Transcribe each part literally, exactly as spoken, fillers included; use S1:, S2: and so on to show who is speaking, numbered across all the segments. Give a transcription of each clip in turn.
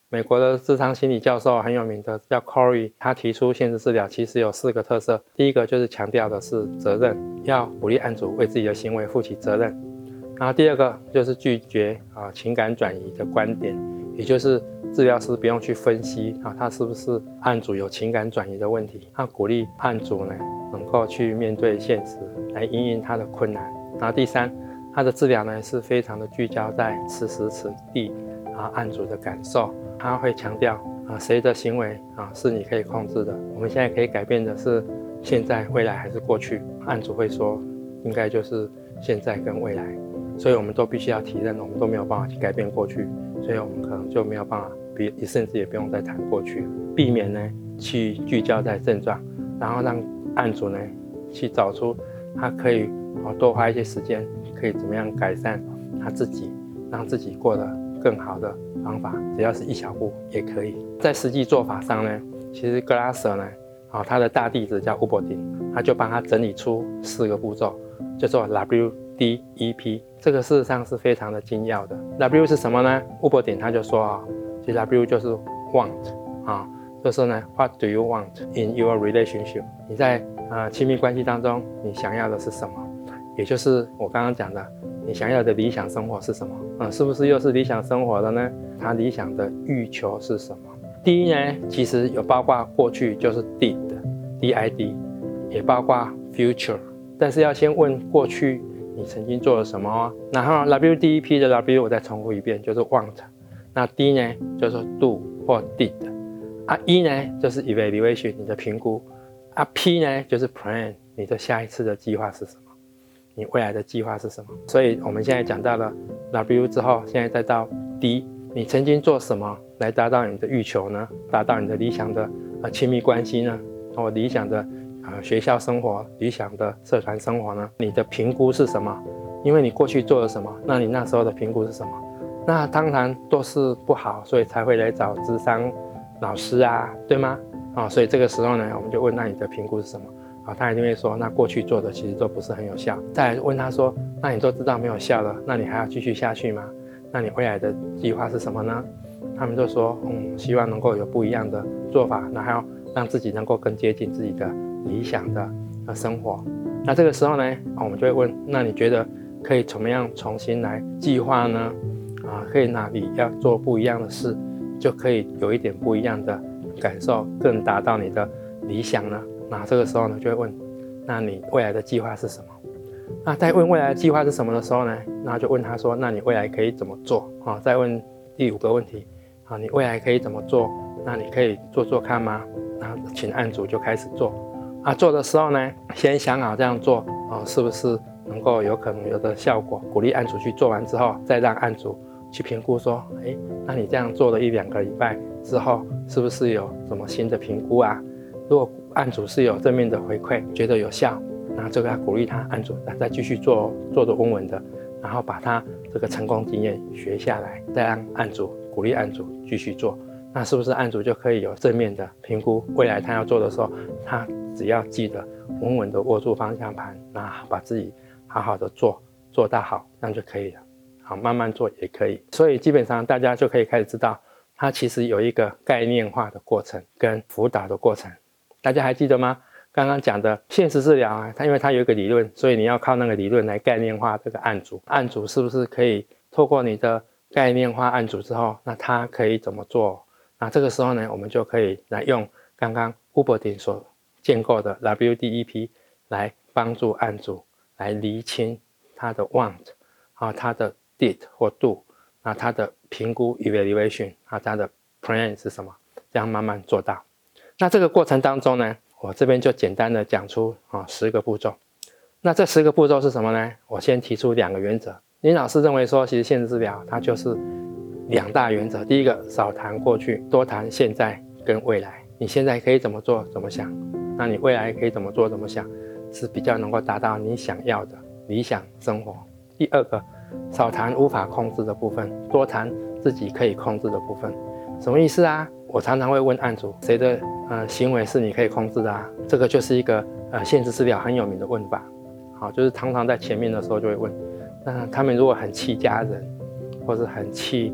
S1: 美国的智商心理教授很有名的叫 Corey， 他提出现实治疗其实有四个特色。第一个就是强调的是责任，要鼓励案主为自己的行为负起责任。然后第二个就是拒绝啊情感转移的观点，也就是治疗师不用去分析啊他是不是案主有情感转移的问题，他鼓励案主呢能够去面对现实，来因应他的困难。然后第三，他的治疗呢是非常的聚焦在此时此地啊案主的感受。他会强调啊，谁的行为啊是你可以控制的？我们现在可以改变的是现在、未来还是过去？案主会说，应该就是现在跟未来，所以我们都必须要体认，我们都没有办法去改变过去，所以我们可能就没有办法，比甚至也不用再谈过去了，避免呢去聚焦在症状，然后让案主呢去找出他可以多花一些时间，可以怎么样改善他自己，让自己过得更好的方法，只要是一小步也可以。在实际做法上呢，其实格拉瑟呢，哦，他的大弟子叫乌伯丁，他就帮他整理出四个步骤，叫做 W D E P。这个事实上是非常的精要的。W 是什么呢？乌伯丁他就说啊，其实 W 就是 want 啊，就是呢 What do you want in your relationship？ 你在呃亲密关系当中，你想要的是什么？也就是我刚刚讲的，你想要的理想生活是什么？嗯，是不是又是理想生活的呢？他理想的欲求是什么？第一呢，其实有包括过去，就是 did D I D， 也包括 future， 但是要先问过去你曾经做了什么哦。然后 W D E P 的 W 我再重复一遍，就是 want。那 D 呢，就是 do 或 did。啊 E 呢，就是 evaluation 你的评估。啊 P 呢，就是 plan 你的下一次的计划是什么？你未来的计划是什么？所以我们现在讲到了 W 之后，现在再到 D， 你曾经做什么来达到你的欲求呢？达到你的理想的呃亲密关系呢？或理想的呃学校生活、理想的社团生活呢？你的评估是什么？因为你过去做了什么，那你那时候的评估是什么？那当然都是不好，所以才会来找諮商老师啊，对吗？哦，所以这个时候呢，我们就问，那你的评估是什么？啊，他一定会说，那过去做的其实都不是很有效。再来问他说，那你都知道没有效了，那你还要继续下去吗？那你未来的计划是什么呢？他们就说，嗯，希望能够有不一样的做法，那还要让自己能够更接近自己的理想的生活。那这个时候呢，我们就会问，那你觉得可以怎么样重新来计划呢？啊，可以哪里要做不一样的事，就可以有一点不一样的感受，更达到你的理想呢？那这个时候呢，就会问，那你未来的计划是什么？那在问未来的计划是什么的时候呢，那就问他说，那你未来可以怎么做？啊，再问第五个问题，啊，你未来可以怎么做？那你可以做做看吗？然后请案主就开始做。啊，做的时候呢，先想好这样做，啊，是不是能够有可能有的效果？鼓励案主去做完之后，再让案主去评估说，哎，那你这样做了一两个礼拜之后，是不是有什么新的评估啊？如果案主是有正面的回馈，觉得有效，那这个要鼓励他案主再继续做，做得稳稳的，然后把他这个成功经验学下来，再让案主鼓励案主继续做，那是不是案主就可以有正面的评估？未来他要做的时候，他只要记得稳稳的握住方向盘，那把自己好好的做，做到好，那就可以了。好，慢慢做也可以。所以基本上大家就可以开始知道，它其实有一个概念化的过程跟辅导的过程。大家还记得吗？刚刚讲的现实治疗啊，它因为它有一个理论，所以你要靠那个理论来概念化这个案主。案主是不是可以透过你的概念化案主之后，那他可以怎么做？那这个时候呢，我们就可以来用刚刚乌伯丁所建构的 W D E P 来帮助案主来厘清他的 want 啊，他的 did 或 do， 那他的评估 evaluation 啊，他的 plan 是什么？这样慢慢做到。那这个过程当中呢，我这边就简单的讲出啊十个步骤。那这十个步骤是什么呢？我先提出两个原则。林老师认为说，其实现实治疗它就是两大原则。第一个，少谈过去，多谈现在跟未来。你现在可以怎么做，怎么想，那你未来可以怎么做，怎么想，是比较能够达到你想要的理想生活。第二个，少谈无法控制的部分，多谈自己可以控制的部分。什么意思啊？我常常会问案主，谁的呃行为是你可以控制的啊？这个就是一个呃现实治疗很有名的问法。好，就是常常在前面的时候就会问，那他们如果很气家人，或是很气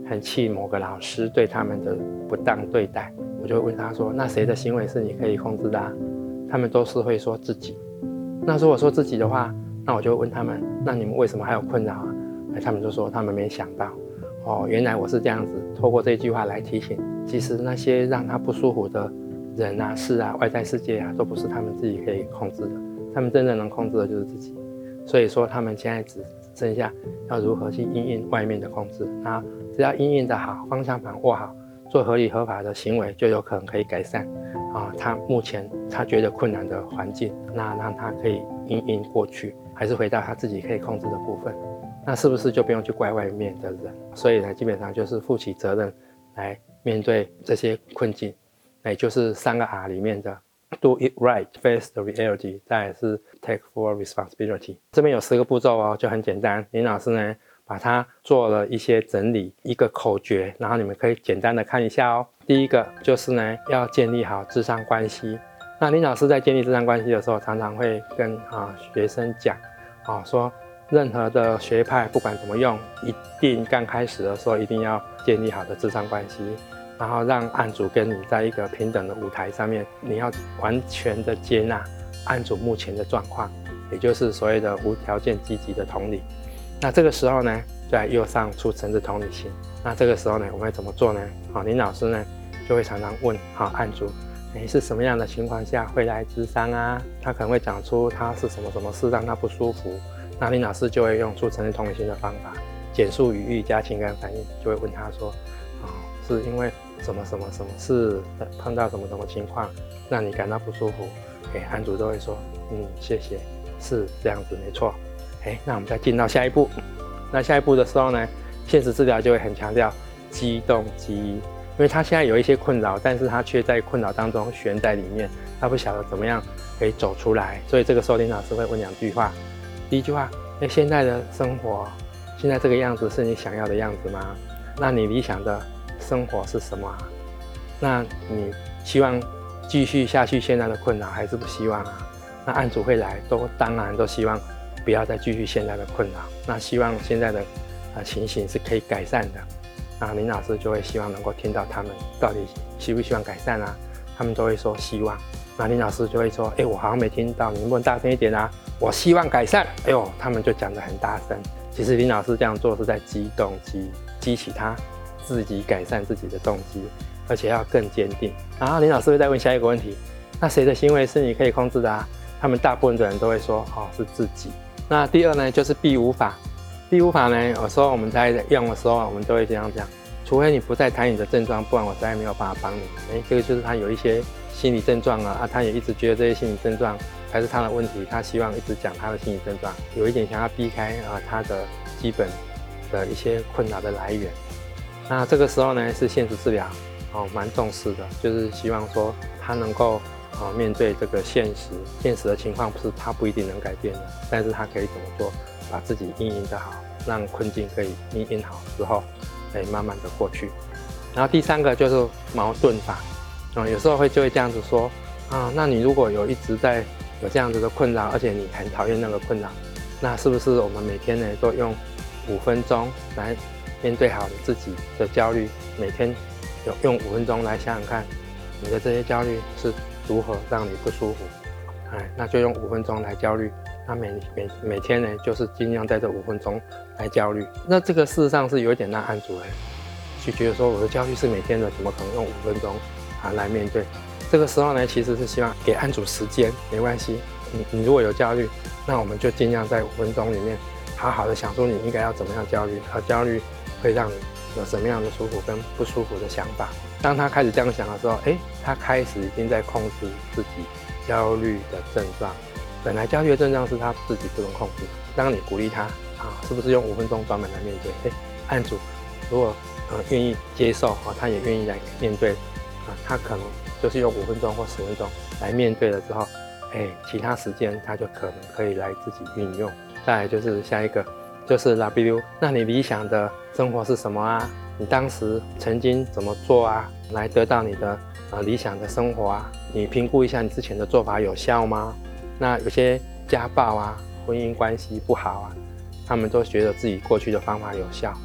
S1: 很气某个老师对他们的不当对待，我就会问他说，那谁的行为是你可以控制的啊？他们都是会说自己。那如果说自己的话，那我就问他们，那你们为什么还有困扰啊？他们就说他们没想到，哦，原来我是这样子，透过这句话来提醒，其实那些让他不舒服的人啊、事啊、外在世界啊，都不是他们自己可以控制的，他们真正能控制的就是自己。所以说他们现在只剩下要如何去因应外面的控制，那只要因应的好，方向盘握好，做合理合法的行为，就有可能可以改善啊，他目前他觉得困难的环境，那让他可以因应过去，还是回到他自己可以控制的部分，那是不是就不用去怪外面的人？所以呢，基本上就是负起责任来面对这些困境，也就是三个 R 里面的 Do it right, face the reality， 再来是 take full responsibility。这边有十个步骤哦，就很简单。林老师呢把它做了一些整理，一个口诀，然后你们可以简单的看一下哦。第一个就是呢要建立好智商关系。那林老师在建立智商关系的时候，常常会跟啊学生讲，啊说任何的学派不管怎么用，一定刚开始的时候一定要建立好的智商关系。然后让案主跟你在一个平等的舞台上面，你要完全的接纳案主目前的状况，也就是所谓的无条件积极的同理。那这个时候呢，就在右上出层次同理心。那这个时候呢，我们会怎么做呢？好，林老师呢就会常常问好案主，你是什么样的情况下会来咨商啊？他可能会讲出他是什么什么事让他不舒服。那林老师就会用出层次同理心的方法，简述语义加情感反应，就会问他说，哦，是因为什么什么什么事碰到什么什么情况让你感到不舒服？哎，案主都会说，嗯，谢谢，是这样子，没错。哎，那我们再进到下一步。那下一步的时候呢，现实治疗就会很强调机动记忆，因为他现在有一些困扰，但是他却在困扰当中悬在里面，他不晓得怎么样可以走出来。所以这个时候林老师会问两句话。第一句话，哎，现在的生活，现在这个样子是你想要的样子吗？那你理想的生活是什么啊？那你希望继续下去现在的困扰，还是不希望啊？那案主会来，都当然都希望不要再继续现在的困扰，那希望现在的呃情形是可以改善的。那林老师就会希望能够听到他们到底希不希望改善啊？他们都会说希望。那林老师就会说，哎，我好像没听到，你能不能大声一点啊？我希望改善。哎呦，他们就讲得很大声。其实林老师这样做是在激动激激起他自己改善自己的动机，而且要更坚定。然后林老师会再问下一个问题，那谁的行为是你可以控制的啊？他们大部分的人都会说，哦，是自己。那第二呢，就是避无法。避无法呢，有时候我们在用的时候，我们都会这样讲，除非你不再谈你的症状，不然我再也没有办法帮你。哎，这个就是他有一些心理症状啊，啊，他也一直觉得这些心理症状才是他的问题，他希望一直讲他的心理症状，有一点想要避开啊他的基本的一些困扰的来源。那这个时候呢，是现实治疗哦，蛮重视的，就是希望说他能够哦面对这个现实，现实的情况不是他不一定能改变的，但是他可以怎么做，把自己因应得好，让困境可以因应好之后，可以慢慢的过去。然后第三个就是矛盾法，哦，有时候会就会这样子说啊，那你如果有一直在有这样子的困扰，而且你很讨厌那个困扰，那是不是我们每天呢都用五分钟来面对好你自己的焦虑？每天有用五分钟来想想看，你的这些焦虑是如何让你不舒服？哎，那就用五分钟来焦虑。那每每每天呢，就是尽量在这五分钟来焦虑。那这个事实上是有一点让案主人就觉得说，我的焦虑是每天的，怎么可能用五分钟啊来面对？这个时候呢，其实是希望给案主时间，没关系。你你如果有焦虑，那我们就尽量在五分钟里面好好的想出你应该要怎么样焦虑，而焦虑会让你有什么样的舒服跟不舒服的想法。当他开始这样想的时候，哎，他开始已经在控制自己焦虑的症状。本来焦虑的症状是他自己不能控制，当你鼓励他啊，是不是用五分钟专门来面对？哎，案主如果呃愿意接受啊，他也愿意来面对啊，他可能就是用五分钟或十分钟来面对了之后，哎，其他时间他就可能可以来自己运用。再来就是下一个，就是啦，比如，那你理想的生活是什么啊？你当时曾经怎么做啊，来得到你的呃理想的生活啊？你评估一下你之前的做法有效吗？那有些家暴啊、婚姻关系不好啊，他们都觉得自己过去的方法有效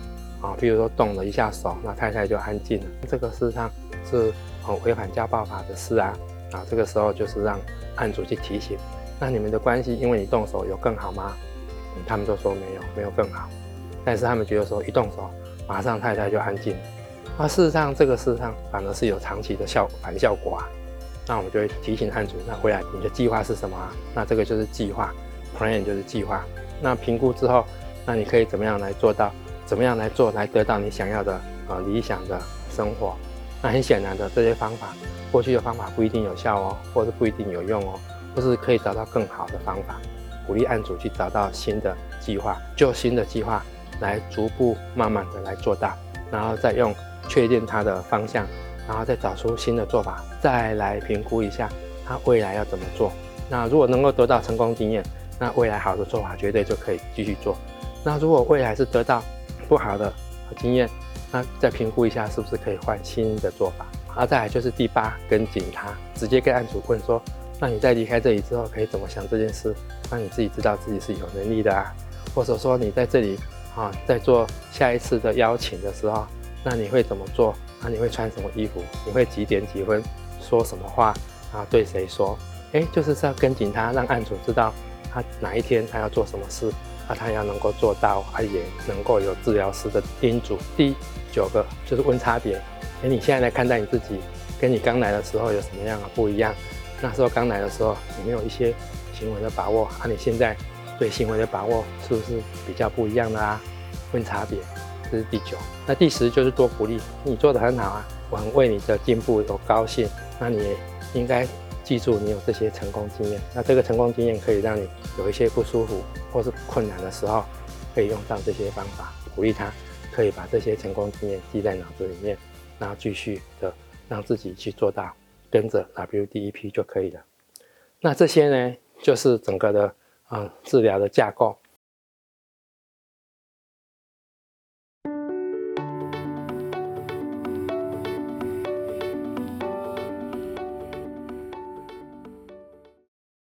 S1: 啊，譬如说动了一下手，那太太就安静了，这个事实上是哦违反家暴法的事啊，啊，这个时候就是让案主去提醒，那你们的关系因为你动手有更好吗？嗯，他们都说没有，没有更好，但是他们觉得说一动手，马上太太就安静了，那事实上这个事实上反而是有长期的效反效果啊。那我们就会提醒案主，那未来你的计划是什么啊？那这个就是计划 ，plan 就是计划。那评估之后，那你可以怎么样来做到？怎么样来做来得到你想要的呃理想的生活？那很显然的，这些方法，过去的方法不一定有效哦，或是不一定有用哦，或是可以找到更好的方法。鼓励案主去找到新的计划，就新的计划来逐步慢慢的来做到，然后再用确定它的方向。然后再找出新的做法，再来评估一下他未来要怎么做。那如果能够得到成功经验，那未来好的做法绝对就可以继续做。那如果未来是得到不好的经验，那再评估一下是不是可以换新的做法。而再来就是第八，跟紧他，直接跟案主问说，那你在离开这里之后可以怎么想这件事？让你自己知道自己是有能力的啊，或者说你在这里啊，在做下一次的邀请的时候，那你会怎么做？啊，你会穿什么衣服？你会几点几分说什么话？啊，对谁说？哎，就是要跟紧他，让案主知道他哪一天他要做什么事，啊，他要能够做到，啊，也能够有治疗师的叮嘱。第九个就是问差别，哎，你现在来看待你自己，跟你刚来的时候有什么样的不一样？那时候刚来的时候有没有一些行为的把握？啊，你现在对行为的把握是不是比较不一样的啊？问差别。这是第九，那第十就是多鼓励，你做得很好啊，我很为你的进步有高兴。那你也应该记住你有这些成功经验，那这个成功经验可以让你有一些不舒服或是困难的时候，可以用上这些方法，鼓励他可以把这些成功经验记在脑子里面，然后继续的让自己去做到，跟着 W D E P 就可以了。那这些呢，就是整个的嗯治疗的架构。